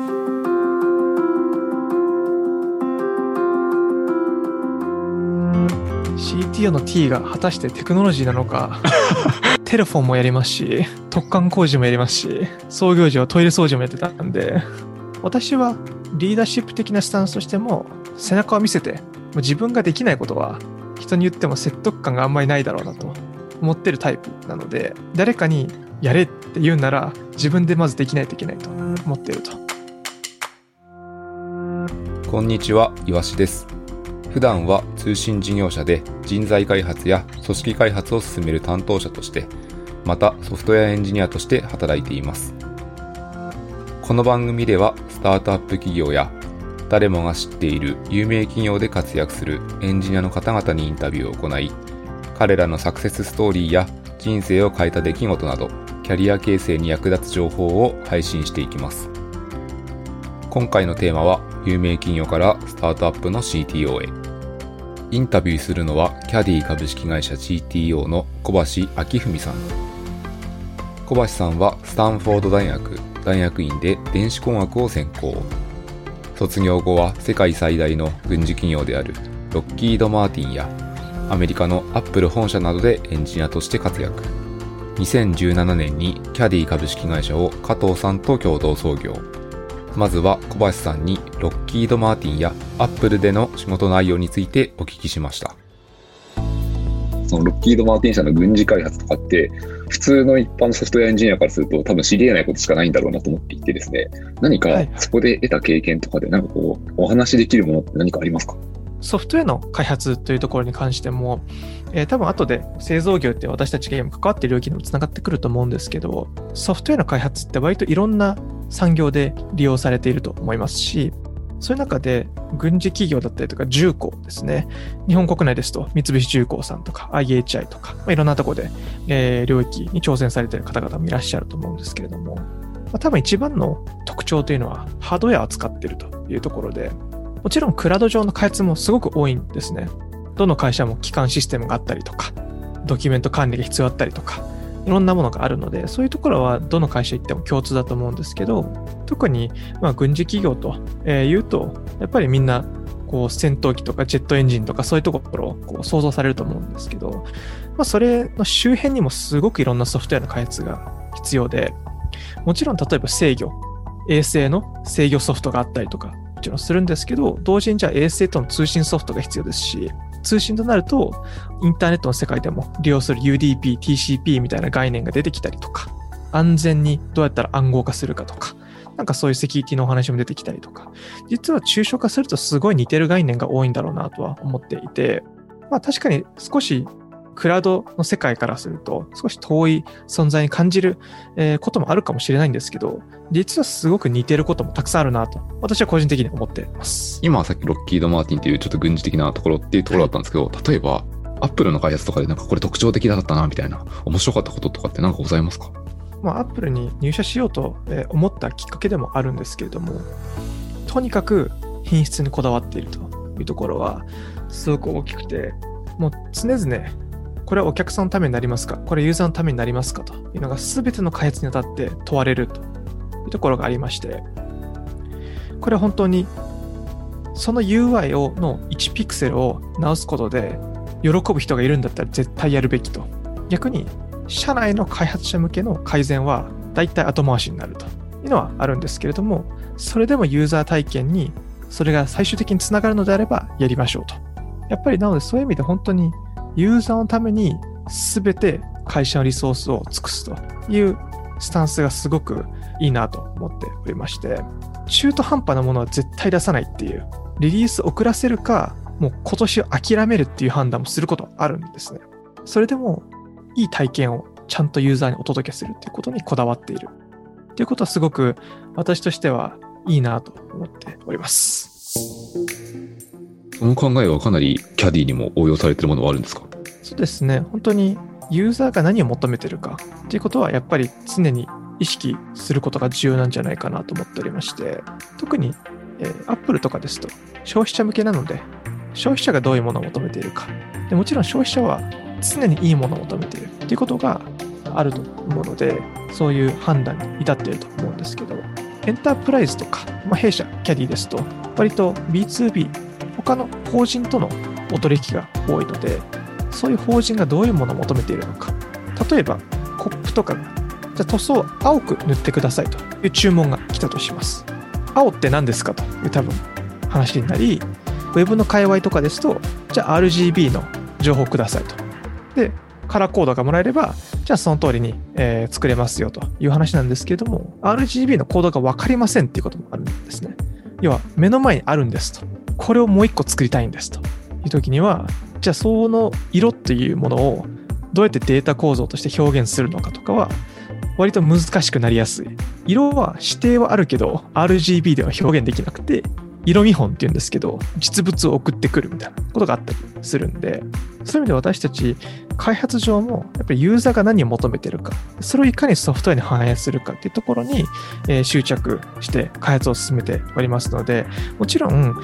CTO の T が果たしてテクノロジーなのかテレフォンもやりますし、突貫工事もやりますし、創業時はトイレ掃除もやってたんで、私はリーダーシップ的なスタンスとしても背中を見せて、自分ができないことは人に言っても説得感があんまりないだろうなと思ってるタイプなので、誰かにやれって言うなら自分でまずできないといけないと思っていると。 こんにちは、いわしです。普段は通信事業者で人材開発や組織開発を進める担当者として、またソフトウェアエンジニアとして働いています。この番組ではスタートアップ企業や誰もが知っている有名企業で活躍するエンジニアの方々にインタビューを行い、彼らのサクセスストーリーや人生を変えた出来事など、キャリア形成に役立つ情報を配信していきます。今回のテーマは、有名企業からスタートアップの CTO へ。インタビューするのは、キャディ株式会社 CTO の小橋明文さん。小橋さんはスタンフォード大学大学院で電子工学を専攻。卒業後は世界最大の軍事企業であるロッキード・マーティンやアメリカのアップル本社などでエンジニアとして活躍。2017年にキャディ株式会社を加藤さんと共同創業。まずは小橋さんにロッキード・マーティンやアップルでの仕事内容についてお聞きしました。 そのロッキード・マーティン社の軍事開発とかって普通の一般のソフトウェアエンジニアからすると多分知り得ないことしかないんだろうなと思っていてですね、何かそこで得た経験とかでなんかこうお話しできるものって何かありますか？ ソフトウェアの開発というところに関しても、多分後で製造業って私たちが今関わっている領域にもつながってくると思うんですけど、ソフトウェアの開発って割といろんな産業で利用されていると思いますし、そういう中で軍事企業だったりとか重工ですね、日本国内ですと三菱重工さんとか IHI とか、いろんなところで、領域に挑戦されている方々もいらっしゃると思うんですけれども、多分一番の特徴というのはハードウェアを扱っているというところで、もちろんクラウド上の開発もすごく多いんですね。どの会社も基幹システムがあったりとか、ドキュメント管理が必要だったりとか、いろんなものがあるので、そういうところはどの会社行っても共通だと思うんですけど、特に軍事企業というと、やっぱりみんなこう戦闘機とかジェットエンジンとかそういうところをこう想像されると思うんですけど、それの周辺にもすごくいろんなソフトウェアの開発が必要で、もちろん例えば制御、衛星の制御ソフトがあったりとか、もちろんするんですけど、同時にじゃあ衛星との通信ソフトが必要ですし、通信となるとインターネットの世界でも利用する UDP、TCP みたいな概念が出てきたりとか、安全にどうやったら暗号化するかとか、なんかそういうセキュリティのお話も出てきたりとか、実は抽象化するとすごい似てる概念が多いんだろうなとは思っていて、確かに少しクラウドの世界からすると少し遠い存在に感じることもあるかもしれないんですけど、実はすごく似てることもたくさんあるなと私は個人的に思っています。 今さっきロッキード・マーティンっていうちょっと軍事的なところっていうところだったんですけど、例えばアップルの開発とかでなんかこれ特徴的だったなみたいな面白かったこととかって何かございますか？ アップルに入社しようと思ったきっかけでもあるんですけれども、とにかく品質にこだわっているというところはすごく大きくて、もう常々これはお客さんのためになりますか、これユーザーのためになりますかというのが全ての開発にあたって問われるというところがありまして、これは本当にその UI の1ピクセルを直すことで喜ぶ人がいるんだったら絶対やるべきと。逆に社内の開発者向けの改善は大体後回しになるというのはあるんですけれども、それでもユーザー体験にそれが最終的につながるのであればやりましょうと。やっぱりなのでそういう意味で本当にユーザーのために全て会社のリソースを尽くすというスタンスがすごくいいなと思っておりまして、中途半端なものは絶対出さないっていう、リリース遅らせるかもう今年を諦めるっていう判断もすることはあるんですね。それでもいい体験をちゃんとユーザーにお届けするっていうことにこだわっているっていうことはすごく私としてはいいなと思っております。 その考えはかなりキャディにも応用されているものはあるんですか？ そうですね。本当にユーザーが何を求めてるかっていうことはやっぱり常に意識することが重要なんじゃないかなと思っておりまして、特にApple とかですと消費者向けなので、消費者がどういうものを求めているかで、もちろん消費者は常にいいものを求めているっていうことがあると思うので、そういう判断に至っていると思うんですけど、 エンタープライズとか、弊社キャディですと割と B2B 他の法人とのお取引が多いので、そういう法人がどういうものを求めているのか、例えばコップとかがじゃあ塗装を青く塗ってくださいという注文が来たとします。青って何ですかという多分話になり、ウェブの界隈とかですと、じゃあ RGB の情報くださいと。で、カラーコードがもらえれば、じゃあその通りに、作れますよという話なんですけれども、RGB のコードが分かりませんっていうこともあるんですね。要は目の前にあるんですと。これをもう一個作りたいんですという時には、じゃあその色っていうものをどうやってデータ構造として表現するのかとかは割と難しくなりやすい。色は指定はあるけど RGB では表現できなくて、色見本っていうんですけど実物を送ってくるみたいなことがあったりするんで、そういう意味で私たち開発上もやっぱりユーザーが何を求めてるか、それをいかにソフトウェアに反映するかっていうところに執着して開発を進めておりますので、もちろん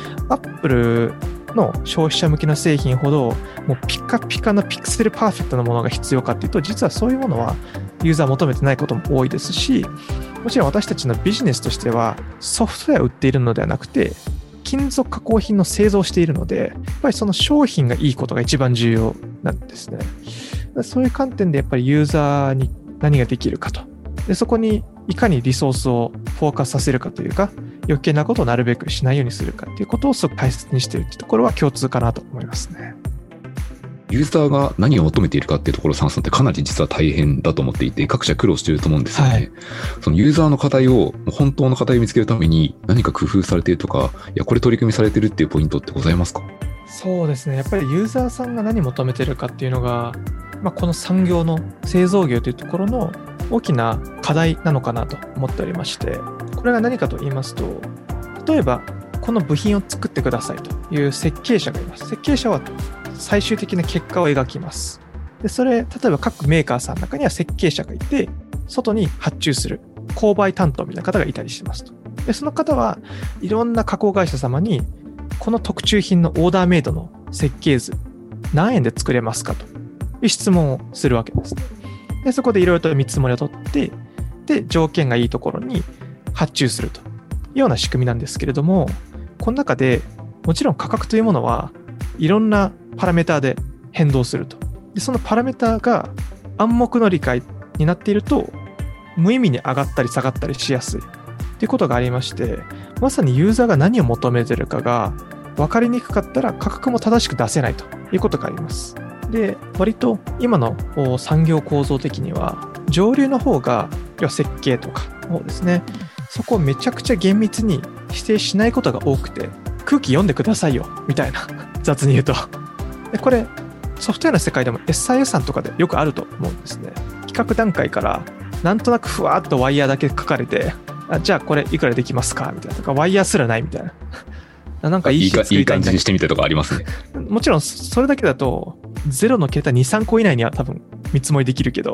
Apple の消費者向けの製品ほどもうピカピカのピクセルパーフェクトなものが必要かっていうと、実はそういうものはユーザー求めてないことも多いですし、もちろん私たちのビジネスとしてはソフトウェアを売っているのではなくて金属加工品の製造をしているので、やっぱりその商品がいいことが一番重要なんですね。そういう観点でやっぱりユーザーに何ができるかと。で、そこにいかにリソースをフォーカスさせるかというか、余計なことをなるべくしないようにするかということをすごく大切にしているというところは共通かなと思いますね。 ユーザーが何を求めているかっていうところを探すのってかなり実は大変だと思っていて、各社苦労していると思うんですよね。はい、そのユーザーの課題を、本当の課題を見つけるために何か工夫されているとか、いや、これ取り組みされているっていうポイントってございますか？ そうですね。やっぱりユーザーさんが何を求めているかっていうのが、この産業の製造業というところの大きな課題なのかなと思っておりまして、これが何かと言いますと、例えばこの部品を作ってくださいという設計者がいます。設計者は最終的な結果を描きます。で、それ、例えば各メーカーさんの中には設計者がいて、外に発注する購買担当みたいな方がいたりしますと。で、その方はいろんな加工会社様に、この特注品のオーダーメイドの設計図、何円で作れますかという質問をするわけです。で、そこでいろいろと見積もりを取って、で、条件がいいところに発注するというような仕組みなんですけれども、この中でもちろん価格というものはいろんなパラメーターで変動すると。で、そのパラメーターが暗黙の理解になっていると無意味に上がったり下がったりしやすいということがありまして、まさにユーザーが何を求めているかが分かりにくかったら価格も正しく出せないということがあります。で、割と今の産業構造的には上流の方が要は設計とかの方ですね、そこをめちゃくちゃ厳密に指定しないことが多くて、空気読んでくださいよみたいな雑に言うと。で、これソフトウェアの世界でも SI さんとかでよくあると思うんですね。企画段階からなんとなくふわっとワイヤーだけ書かれて、じゃあこれいくらできますかみたいなとか、ワイヤーすらないみたいな。なんかいい感じにしてみたとかありますね。 もちろんそれだけだと0の桁 2,3 個以内には多分見積もりできるけど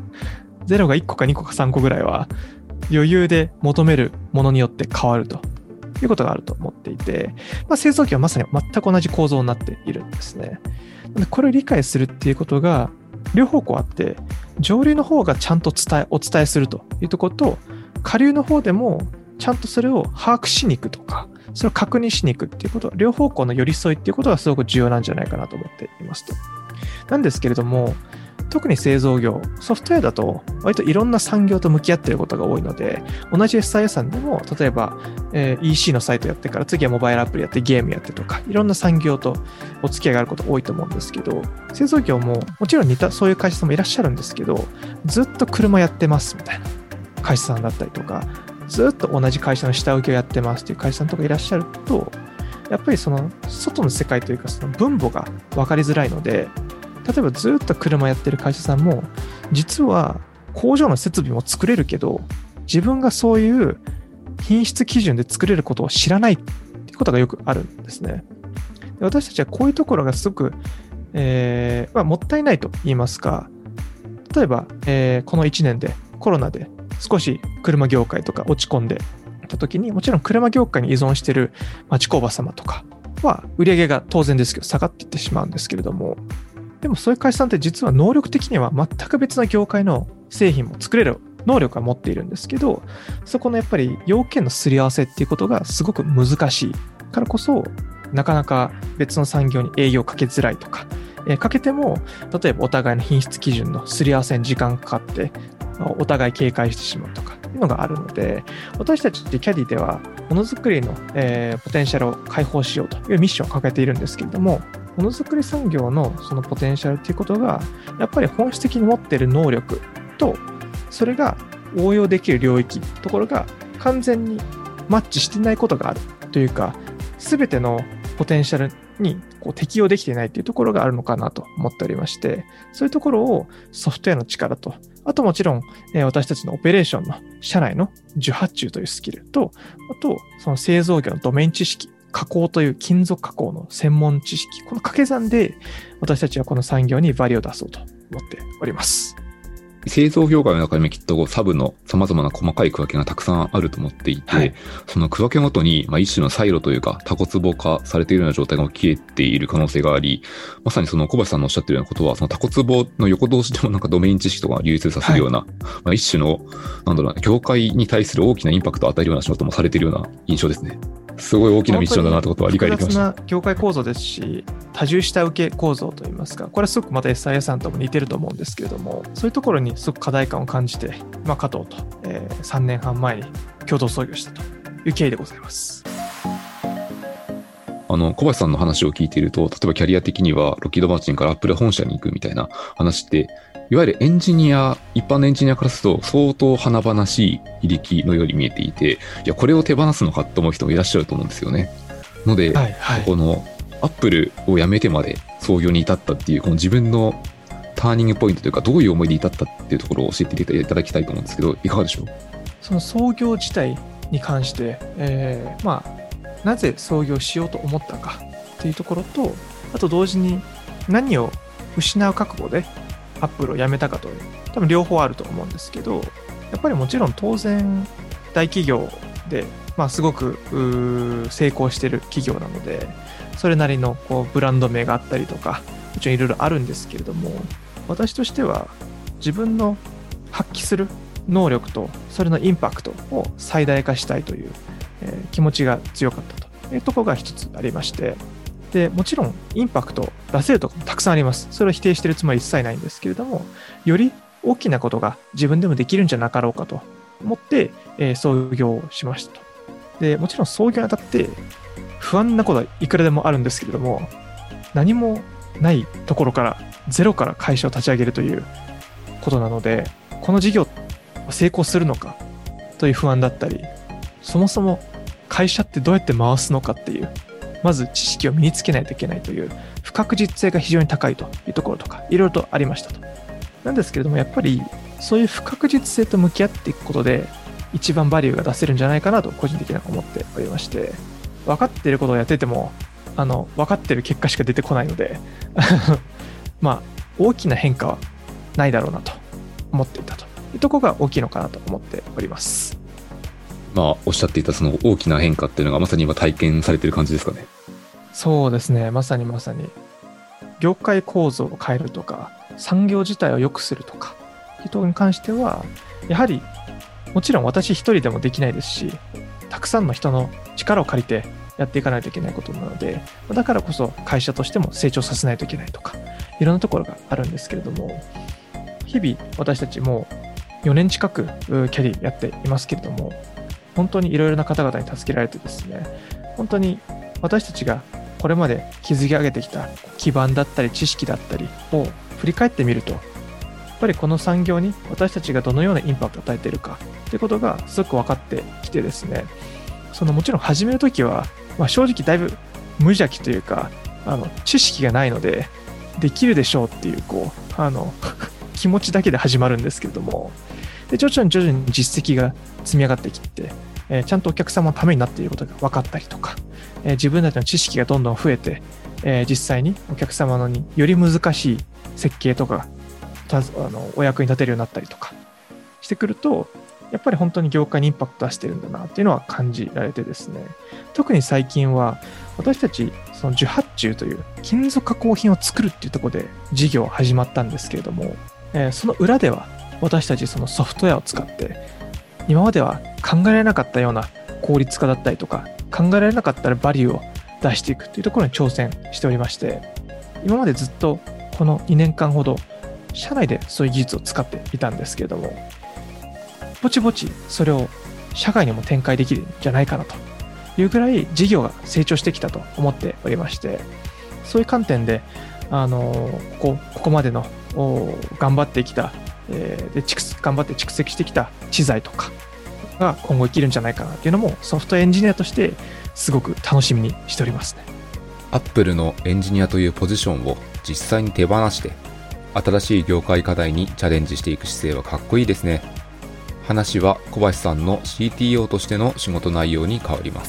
0が1個か2個か3個ぐらいは余裕で求めるものによって変わるということがあると思っていて、製造機はまさに全く同じ構造になっているんですね。これを理解するっていうことが両方向あって、上流の方がちゃんとお伝えするというところと、下流の方でもちゃんとそれを把握しに行くとか、それを確認しに行くっていうことは、両方向の寄り添いっていうことがすごく重要なんじゃないかなと思っていますと。なんですけれども、特に製造業、ソフトウェアだと割といろんな産業と向き合っていることが多いので、同じ SI さんでも例えば、EC のサイトやってから次はモバイルアプリやってゲームやってとか、いろんな産業とお付き合いがあること多いと思うんですけど、製造業ももちろん似たそういう会社さんもいらっしゃるんですけど、ずっと車やってますみたいな会社さんだったりとか、ずっと同じ会社の下請けをやってますっていう会社さんとかいらっしゃると、やっぱりその外の世界というかその分母が分かりづらいので、例えばずっと車やってる会社さんも実は工場の設備も作れるけど、自分がそういう品質基準で作れることを知らないっていうことがよくあるんですね。で、私たちはこういうところがすごく、もったいないと言いますか、例えば、この1年でコロナで少し車業界とか落ち込んでた時に、もちろん車業界に依存している町工場様とかは売り上げが当然ですけど下がっていってしまうんですけれども、でもそういう会社さんって実は能力的には全く別な業界の製品も作れる能力は持っているんですけど、そこのやっぱり要件のすり合わせっていうことがすごく難しいからこそ、なかなか別の産業に営業をかけづらいとか、かけても例えばお互いの品質基準のすり合わせに時間かかってお互い警戒してしまうとかいうのがあるので、私たちキャディではものづくりの、ポテンシャルを解放しようというミッションを掲げているんですけれども、ものづくり産業のそのポテンシャルということがやっぱり本質的に持っている能力とそれが応用できる領域ところが完全にマッチしていないことがあるというか、全てのポテンシャルに適用できていないというところがあるのかなと思っておりまして、そういうところをソフトウェアの力と、あともちろん私たちのオペレーションの社内の受発注というスキルと、あとその製造業のドメイン知識、加工という金属加工の専門知識、この掛け算で私たちはこの産業にバリューを出そうと思っております。 製造業界の中にもきっとサブの様々な細かい区分けがたくさんあると思っていて、はい、その区分けごとに、一種のサイロというかタコツボ化されているような状態が起きている可能性があり、まさにその小橋さんのおっしゃっているようなことは、そのタコツボの横同士でもドメイン知識とか流通させるような、はい、一種の、業界に対する大きなインパクトを与えるような仕事もされているような印象ですね。すごい大きなミッションだなってことは理解できました。 複雑な業界構造ですし、多重下請け構造といいますか、これはすごくまた SIS さんとも似てると思うんですけれども、そういうところにすごく課題感を感じて、加藤と、3年半前に共同創業したという経緯でございます。 小橋さんの話を聞いていると、例えばキャリア的にはロッキード・マーチンからアップル本社に行くみたいな話って、いわゆるエンジニア、一般のエンジニアからすると相当華々しい履歴のように見えていて、いや、これを手放すのかと思う人もいらっしゃると思うんですよね。ので、このアップルを辞めてまで創業に至ったっていう、この自分のターニングポイントというか、どういう思いで至ったっていうところを教えていただきたいと思うんですけど、いかがでしょう？ その創業自体に関して、なぜ創業しようと思ったかっていうところと、あと同時に何を失う覚悟でアップルを辞めたかという、多分両方あると思うんですけど、やっぱりもちろん当然大企業で、すごく成功してる企業なので、それなりのブランド名があったりとか、もちろんいろいろあるんですけれども、私としては自分の発揮する能力とそれのインパクトを最大化したいという、気持ちが強かったというところが一つありまして、でもちろんインパクト出せるところもたくさんあります。それを否定しているつもりは一切ないんですけれども、より大きなことが自分でもできるんじゃなかろうかと思って、創業をしましたと。でもちろん創業にあたって不安なことはいくらでもあるんですけれども、何もないところからゼロから会社を立ち上げるということなので、この事業成功するのかという不安だったり、そもそも会社ってどうやって回すのかっていう、まず知識を身につけないといけないという不確実性が非常に高いというところとかいろいろとありましたと。なんですけれども、やっぱりそういう不確実性と向き合っていくことで一番バリューが出せるんじゃないかなと個人的には思っておりまして、分かっていることをやってても分かっている結果しか出てこないので大きな変化はないだろうなと思っていたというところが大きいのかなと思っております。 おっしゃっていたその大きな変化っていうのがまさに今体験されている感じですかね。 そうですね、まさに業界構造を変えるとか産業自体を良くするとかいうところに関しては、やはりもちろん私一人でもできないですし、たくさんの人の力を借りてやっていかないといけないことなので、だからこそ会社としても成長させないといけないとかいろんなところがあるんですけれども、日々私たちも4年近くキャリーやっていますけれども、本当にいろいろな方々に助けられてですね、本当に私たちがこれまで築き上げてきた基盤だったり知識だったりを振り返ってみると、やっぱりこの産業に私たちがどのようなインパクトを与えているかということがすごく分かってきてですね、もちろん始めるときは、正直だいぶ無邪気というか知識がないのでできるでしょうっていう気持ちだけで始まるんですけれども、で徐々に実績が積み上がってきて、ちゃんとお客様のためになっていることが分かったりとか、自分たちの知識がどんどん増えて、実際にお客様のにより難しい設計とかお役に立てるようになったりとかしてくると、やっぱり本当に業界にインパクト出してるんだなっていうのは感じられてですね、特に最近は私たちその受発注という金属加工品を作るっていうところで事業始まったんですけれども、その裏では私たちそのソフトウェアを使って今までは考えられなかったような効率化だったりとか考えられなかったバリューを出していくというところに挑戦しておりまして、今までずっとこの2年間ほど社内でそういう技術を使っていたんですけれども、ぼちぼちそれを社外にも展開できるんじゃないかなというぐらい事業が成長してきたと思っておりまして、そういう観点でここまでの頑張ってきた、頑張って蓄積してきた知財とかが今後生きるんじゃないかなっていうのもソフトエンジニアとしてすごく楽しみにしておりますね。 アップルのエンジニアというポジションを実際に手放して新しい業界課題にチャレンジしていく姿勢はかっこいいですね。話は小橋さんの CTO としての仕事内容に変わります。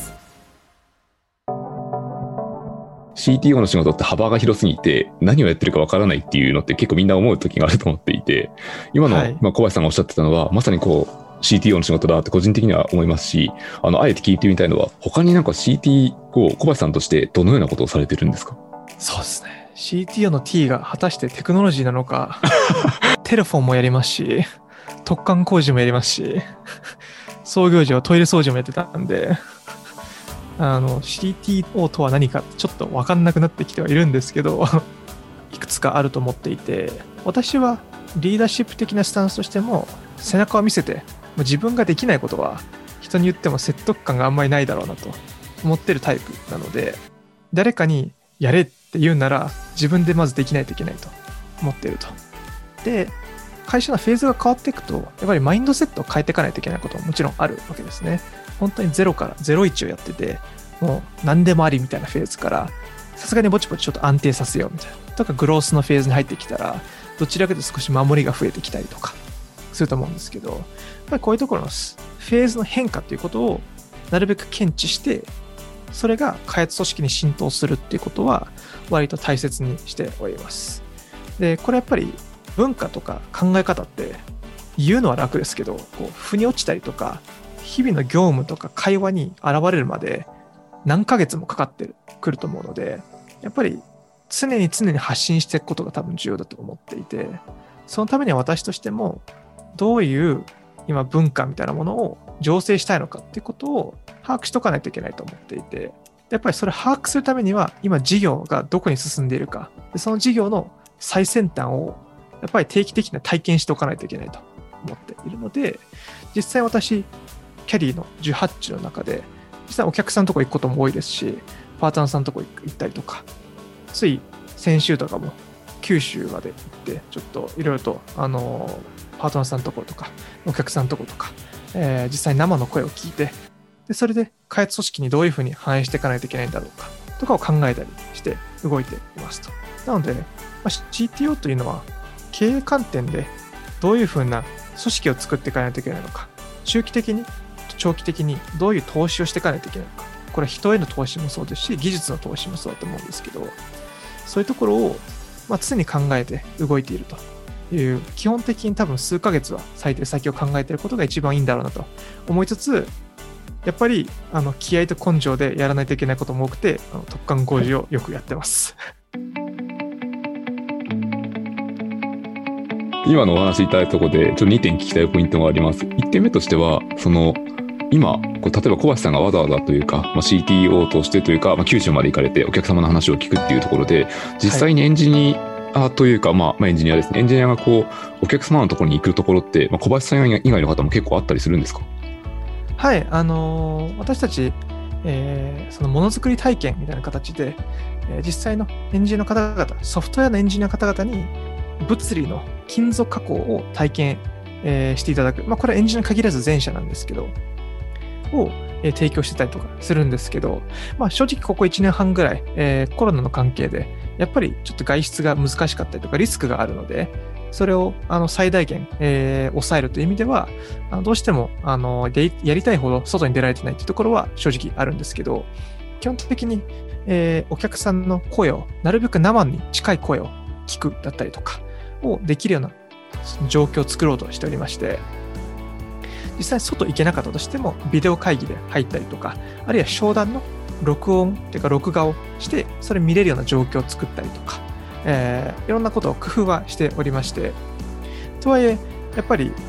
CTO の仕事って幅が広すぎて何をやってるかわからないっていうのって結構みんな思う時があると思っていて、今の、小橋さんがおっしゃってたのはまさにCTO の仕事だって個人的には思いますし、あえて聞いてみたいのは、他にCTO 小橋さんとしてどのようなことをされてるんですか？ そうですね。CTO の T が果たしてテクノロジーなのか、テレフォンもやりますし、突貫工事もやりますし、創業時はトイレ掃除もやってたんで、CTO とは何かちょっと分かんなくなってきてはいるんですけど、いくつかあると思っていて、私はリーダーシップ的なスタンスとしても背中を見せて、自分ができないことは人に言っても説得感があんまりないだろうなと思ってるタイプなので、誰かにやれって言うなら自分でまずできないといけないと思っていると。で、会社のフェーズが変わっていくと、やっぱりマインドセットを変えていかないといけないことももちろんあるわけですね。本当に0から01をやってて、もう何でもありみたいなフェーズから、さすがにぼちぼちちょっと安定させようみたいな。とかグロースのフェーズに入ってきたら、どちらかと少し守りが増えてきたりとかすると思うんですけど、やっぱりこういうところのフェーズの変化ということをなるべく検知して、それが開発組織に浸透するっていうことは割と大切にしております。で、これやっぱり文化とか考え方って言うのは楽ですけど、腑に落ちたりとか、日々の業務とか会話に現れるまで何ヶ月もかかってくると思うので、やっぱり常に発信していくことが多分重要だと思っていて、そのためには私としてもどういう今文化みたいなものを醸成したいのかっていうことを把握しとかないといけないと思っていて、やっぱりそれを把握するためには今事業がどこに進んでいるか、でその事業の最先端をやっぱり定期的に体験しておかないといけないと思っているので、実際私キャリーの18中の中で実際お客さんのとこ行くことも多いですし、パートナーさんのとこ行ったりとか、つい先週とかも九州まで行ってちょっといろいろとパートナーさんのところとかお客さんのところとか、実際に生の声を聞いて、でそれで開発組織にどういうふうに反映していかないといけないんだろうかとかを考えたりして動いていますと。なので、CTO というのは経営観点でどういうふうな組織を作っていかないといけないのか、中期的に長期的にどういう投資をしていかないといけないのか、これは人への投資もそうですし技術の投資もそうだと思うんですけど、そういうところを常に考えて動いているという、基本的に多分数ヶ月は最低先を考えていることが一番いいんだろうなと思いつつ、やっぱり気合と根性でやらないといけないことも多くて、突貫工事をよくやってます今のお話いただいたところでちょっと2点聞きたいポイントがあります。1点目としては、今例えば小橋さんがわざわざというか、CTO としてというか、九州まで行かれてお客様の話を聞くっていうところで、実際にエンジニアというか、エンジニアですね。エンジニアがお客様のところに行くところって、小橋さん以外の方も結構あったりするんですか？ はい、私たち、そのものづくり体験みたいな形で、実際のエンジニアの方々、ソフトウェアのエンジニアの方々に物理の金属加工を体験、していただく。これはエンジニアに限らず全社なんですけど、を提供してたりとかするんですけど、正直ここ1年半ぐらい、コロナの関係でやっぱりちょっと外出が難しかったりとかリスクがあるので、それを最大限、抑えるという意味ではどうしてもやりたいほど外に出られてないというところは正直あるんですけど、基本的に、お客さんの声をなるべく生に近い声を聞くだったりとかをできるような状況を作ろうとしておりまして、実際外行けなかったとしてもビデオ会議で入ったりとか、あるいは商談の録音っていうか録画をしてそれ見れるような状況を作ったりとか、いろんなことを工夫はしておりまして、とはいえやっぱり、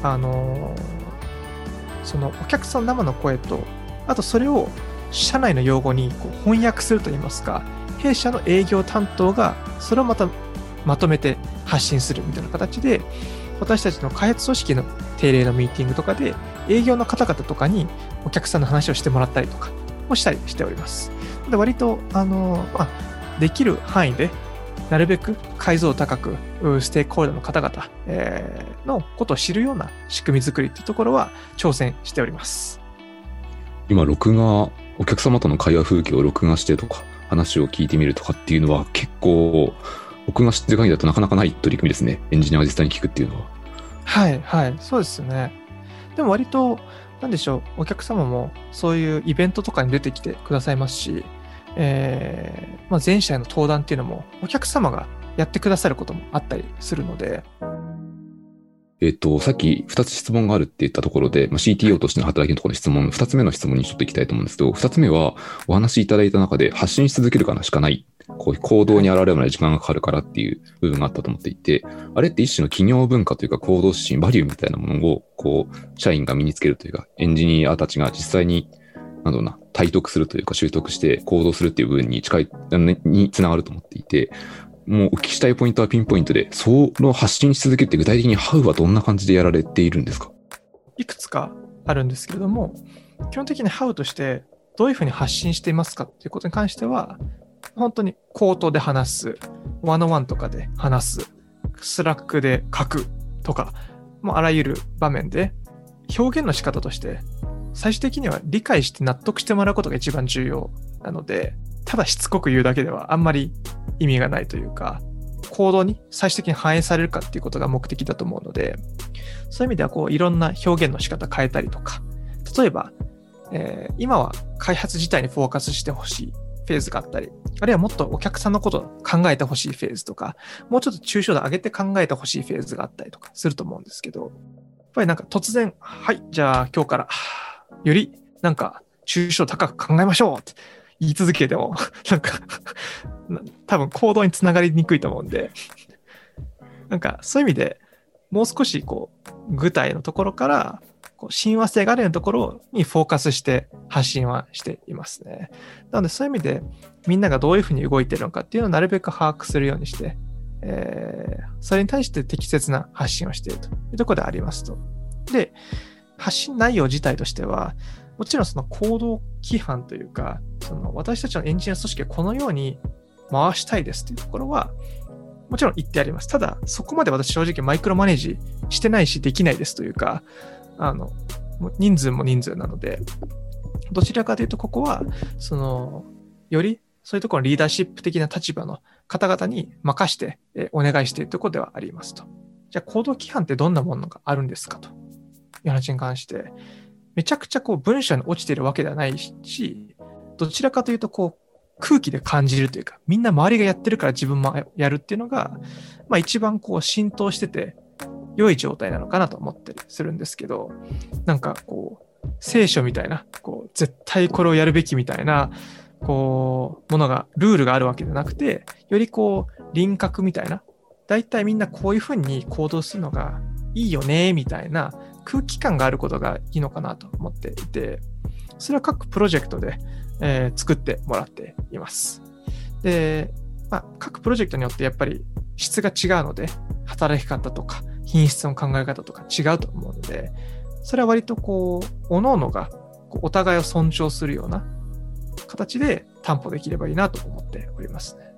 そのお客さんの生の声と、あとそれを社内の用語にこう翻訳するといいますか、弊社の営業担当がそれをまとめて発信するみたいな形で、私たちの開発組織の定例のミーティングとかで、営業の方々とかにお客さんの話をしてもらったりとかをしたりしております。で割と、できる範囲で、なるべく解像度高く、ステークホルダーの方々、のことを知るような仕組み作りというところは挑戦しております。 今、お客様との会話風景を録画してとか、話を聞いてみるとかっていうのは結構、僕が知ってる限りだとなかなかない取り組みですね。エンジニアが実際に聞くっていうのは。 はい、はい、そうですよね。でも割と、なんでしょう、お客様もそういうイベントとかに出てきてくださいますし、前者への登壇っていうのもお客様がやってくださることもあったりするので。 さっき2つ質問があるって言ったところで、CTO としての働きのところの質問、2つ目の質問にちょっと行きたいと思うんですけど、2つ目はお話しいただいた中で発信し続けるかなしかない。こういう行動に現れるまで時間がかかるからっていう部分があったと思っていて、あれって一種の企業文化というか行動指針、バリューみたいなものをこう社員が身につけるというか、エンジニアたちが実際に体得するというか習得して行動するっていう部分ににつながると思っていて、もうお聞きしたいポイントはピンポイントで、その発信し続けるって具体的にハウはどんな感じでやられているんですか？ いくつかあるんですけれども、基本的にハウとしてどういうふうに発信していますかっていうことに関しては、本当に口頭で話す、ワンオンワンとかで話す、スラックで書くとか、もうあらゆる場面で表現の仕方として最終的には理解して納得してもらうことが一番重要なので、ただしつこく言うだけではあんまり意味がないというか、行動に最終的に反映されるかっていうことが目的だと思うので、そういう意味ではいろんな表現の仕方変えたりとか、例えば、今は開発自体にフォーカスしてほしいフェーズがあったり、あるいはもっとお客さんのことを考えてほしいフェーズとか、もうちょっと抽象度上げて考えてほしいフェーズがあったりとかすると思うんですけど、やっぱりなんか突然、はい、じゃあ今日からよりなんか抽象度高く考えましょうって言い続けても、なんか多分行動につながりにくいと思うんで、なんかそういう意味でもう少しこう具体のところからこう親和性があるようなところにフォーカスして発信はしていますね。なのでそういう意味でみんながどういうふうに動いているのかっていうのをなるべく把握するようにして、それに対して適切な発信をしているというところでありますと。で、発信内容自体としては、もちろんその行動規範というか、その私たちのエンジニア組織をこのように回したいですというところは、もちろん言ってあります。ただ、そこまで私正直マイクロマネージしてないしできないですというか、人数も人数なので、どちらかというとここは、よりそういうところのリーダーシップ的な立場の方々に任してお願いしているところではありますと。じゃあ行動規範ってどんなものがあるんですかという話に関して、めちゃくちゃこう文章に落ちているわけではないし、どちらかというとこう空気で感じるというか、みんな周りがやってるから自分もやるっていうのが、一番こう浸透してて良い状態なのかなと思ったりするんですけど、なんかこう聖書みたいな、こう絶対これをやるべきみたいなこうものがルールがあるわけじゃなくて、よりこう輪郭みたいな、だいたいみんなこういうふうに行動するのがいいよねみたいな空気感があることがいいのかなと思っていて、それは各プロジェクトで、作ってもらっています。で、各プロジェクトによってやっぱり質が違うので、働き方とか品質の考え方とか違うと思うので、それは割とこう各々がお互いを尊重するような形で担保できればいいなと思っておりますね。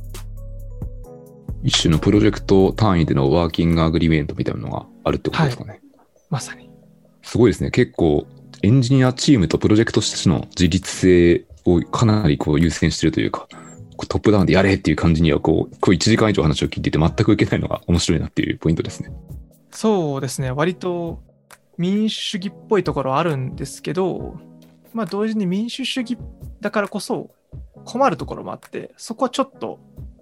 一種のプロジェクト単位でのワーキングアグリメントみたいなのがあるってことですかね。はい、 まさに。 すごいですね。結構エンジニアチームとプロジェクトとしての自立性をかなりこう優先しているというか、トップダウンでやれっていう感じにはこう1時間以上話を聞いていて全く受けないのが面白いなっていうポイントですね。 そうですね。割と民主主義っぽいところはあるんですけど、同時に民主主義だからこそ困るところもあって、そこはちょっと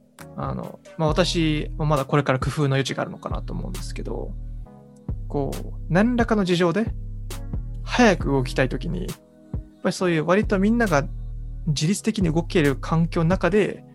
私もまだこれから工夫の余地があるのかなと思うんですけど、こう何らかの事情で早く動きたいときに、やっぱりそういう割とみんなが自律的に動ける環境の中で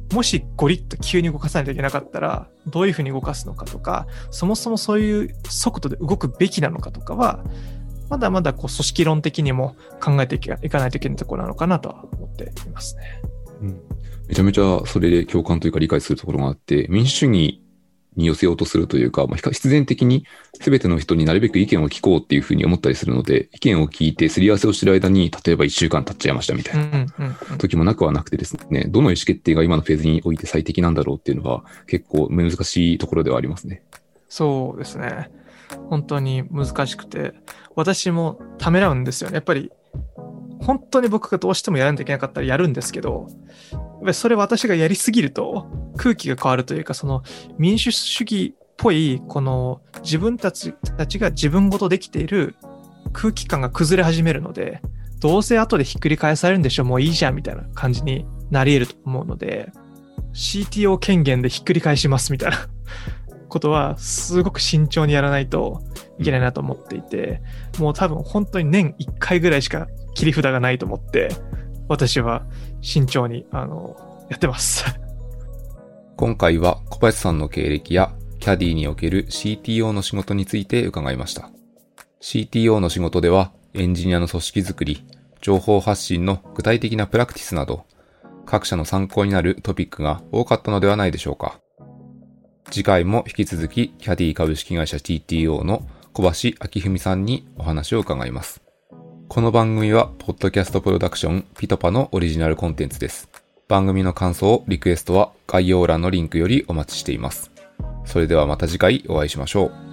もしゴリッと急に動かさないといけなかったら、どういうふうに動かすのかとか、そもそもそういう速度で動くべきなのかとかは、まだまだこう組織論的にも考えていかないといけないところなのかなとは思っていますね。 めちゃめちゃそれで共感というか理解するところがあって、民主主義に寄せようとするというか、必然的に全ての人になるべく意見を聞こうっていうふうに思ったりするので、意見を聞いてすり合わせをしている間に、例えば1週間経っちゃいましたみたいな時もなくはなくてですね、どの意思決定が今のフェーズにおいて最適なんだろうっていうのは結構難しいところではありますね。 そうですね。本当に難しくて、私もためらうんですよね。やっぱり本当に僕がどうしてもやらなきゃいけなかったらやるんですけど、やっぱりそれ私がやりすぎると空気が変わるというか、その民主主義っぽいこの自分たちが自分ごとできている空気感が崩れ始めるので、どうせ後でひっくり返されるんでしょ、もういいじゃんみたいな感じになり得ると思うので、 CTO 権限でひっくり返しますみたいなことはすごく慎重にやらないといけないなと思っていて、もう多分本当に年1回ぐらいしか切り札がないと思って、私は慎重にやってます今回は小林さんの経歴やキャディにおける CTO の仕事について伺いました。 CTO の仕事ではエンジニアの組織づくり、情報発信の具体的なプラクティスなど各社の参考になるトピックが多かったのではないでしょうか。次回も引き続きキャディ株式会社 TTO の小橋明文さんにお話を伺います。この番組はポッドキャストプロダクションピトパのオリジナルコンテンツです。番組の感想、リクエストは概要欄のリンクよりお待ちしています。それではまた次回お会いしましょう。